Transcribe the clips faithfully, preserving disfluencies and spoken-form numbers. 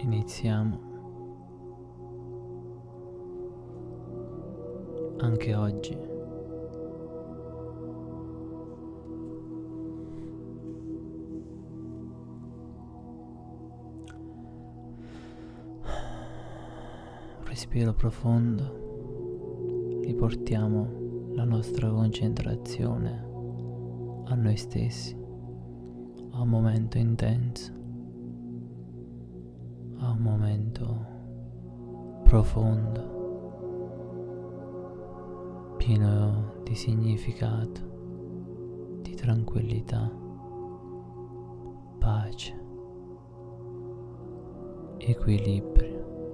Iniziamo. Anche oggi respiro profondo, riportiamo la nostra concentrazione a noi stessi, a un momento intenso, a un momento profondo, pieno di significato, di tranquillità, pace, equilibrio.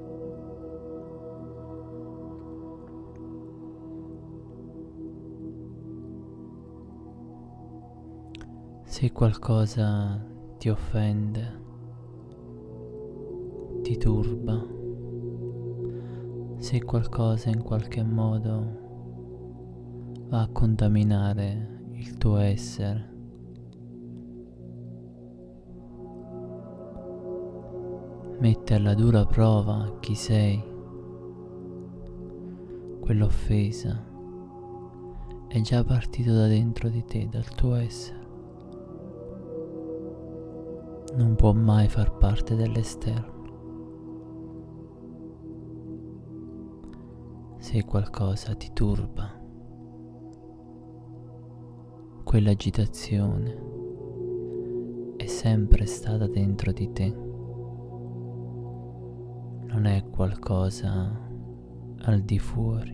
Se qualcosa ti offende, ti turba, se qualcosa in qualche modo va a contaminare il tuo essere, mette alla dura prova chi sei. Quell'offesa è già partito da dentro di te, dal tuo essere. Non può mai far parte dell'esterno. Se qualcosa ti turba, quell'agitazione è sempre stata dentro di te. Non è qualcosa al di fuori.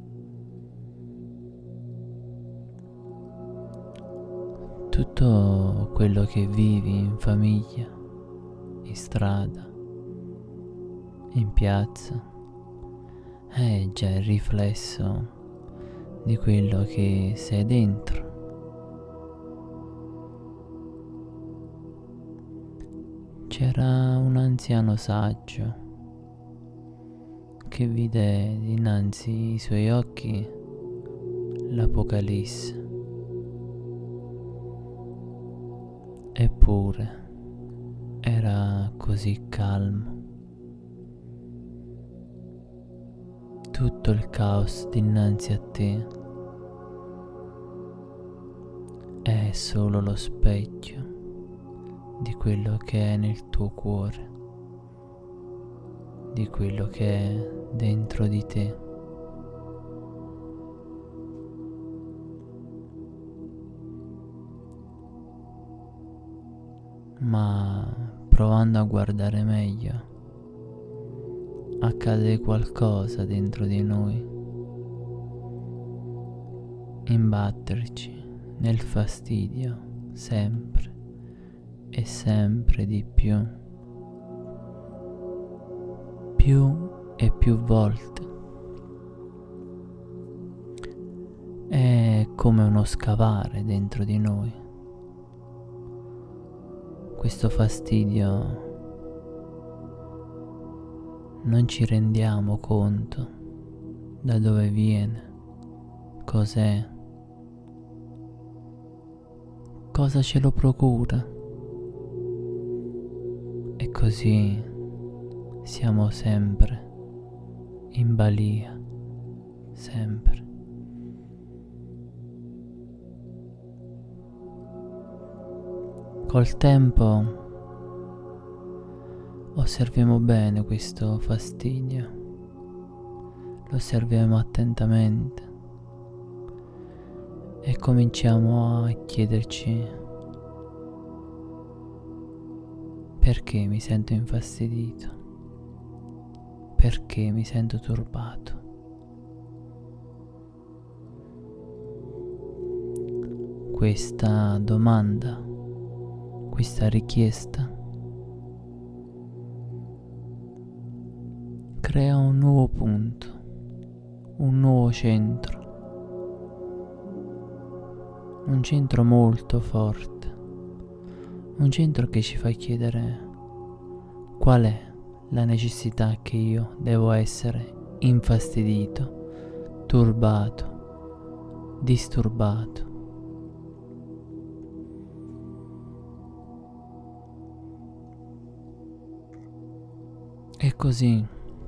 Tutto quello che vivi in famiglia, in strada, in piazza, è già il riflesso di quello che sei dentro. C'era un anziano saggio che vide dinanzi ai suoi occhi l'Apocalisse. Eppure era così calmo. Tutto il caos dinanzi a te è solo lo specchio di quello che è nel tuo cuore, di quello che è dentro di te. Ma provando a guardare meglio, accade qualcosa dentro di noi. Imbatterci nel fastidio sempre e sempre di più, più e più volte. È come uno scavare dentro di noi. Questo fastidio non ci rendiamo conto da dove viene, cos'è, cosa ce lo procura. E così siamo sempre in balia, sempre. Col tempo osserviamo bene questo fastidio, lo osserviamo attentamente e cominciamo a chiederci: perché mi sento infastidito? Perché mi sento turbato? Questa domanda, questa richiesta crea un nuovo punto, un nuovo centro, un centro molto forte, un centro che ci fa chiedere qual è la necessità che io devo essere infastidito, turbato, disturbato. E così,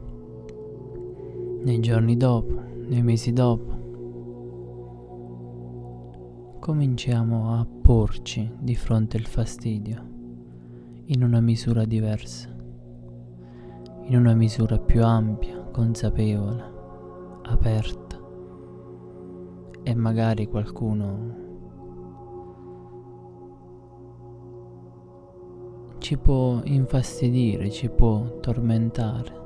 nei giorni dopo, nei mesi dopo, cominciamo a porci di fronte al fastidio in una misura diversa, in una misura più ampia, consapevole, aperta, e magari qualcuno ci può infastidire, ci può tormentare,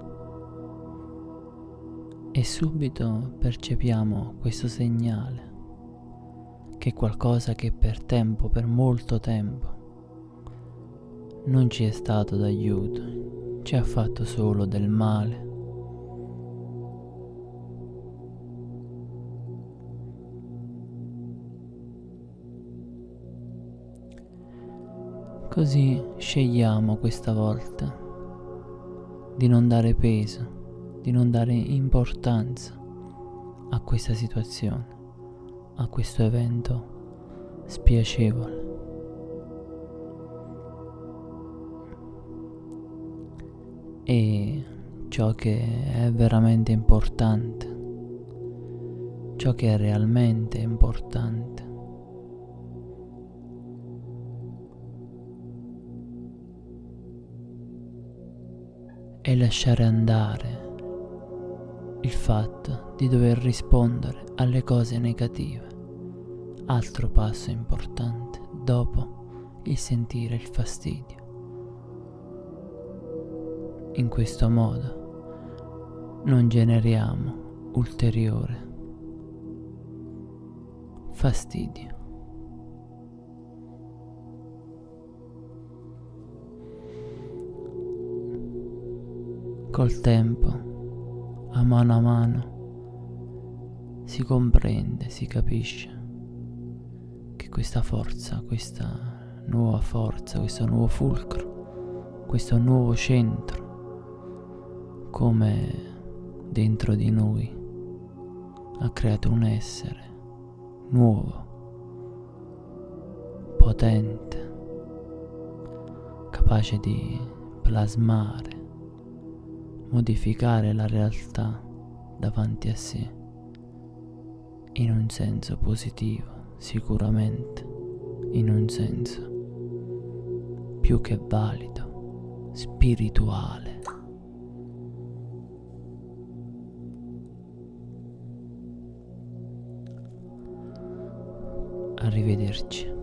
e subito percepiamo questo segnale che qualcosa che per tempo, per molto tempo, non ci è stato d'aiuto, ci ha fatto solo del male. Così scegliamo questa volta di non dare peso, di non dare importanza a questa situazione, a questo evento spiacevole. E ciò che è veramente importante, ciò che è realmente importante, è lasciare andare il fatto di dover rispondere alle cose negative. Altro passo importante dopo il sentire il fastidio. In questo modo non generiamo ulteriore fastidio. Col tempo, a mano a mano, si comprende, si capisce che questa forza, questa nuova forza, questo nuovo fulcro, questo nuovo centro, come dentro di noi, ha creato un essere nuovo, potente, capace di plasmare, modificare la realtà davanti a sé in un senso positivo, sicuramente, in un senso più che valido, spirituale. Arrivederci.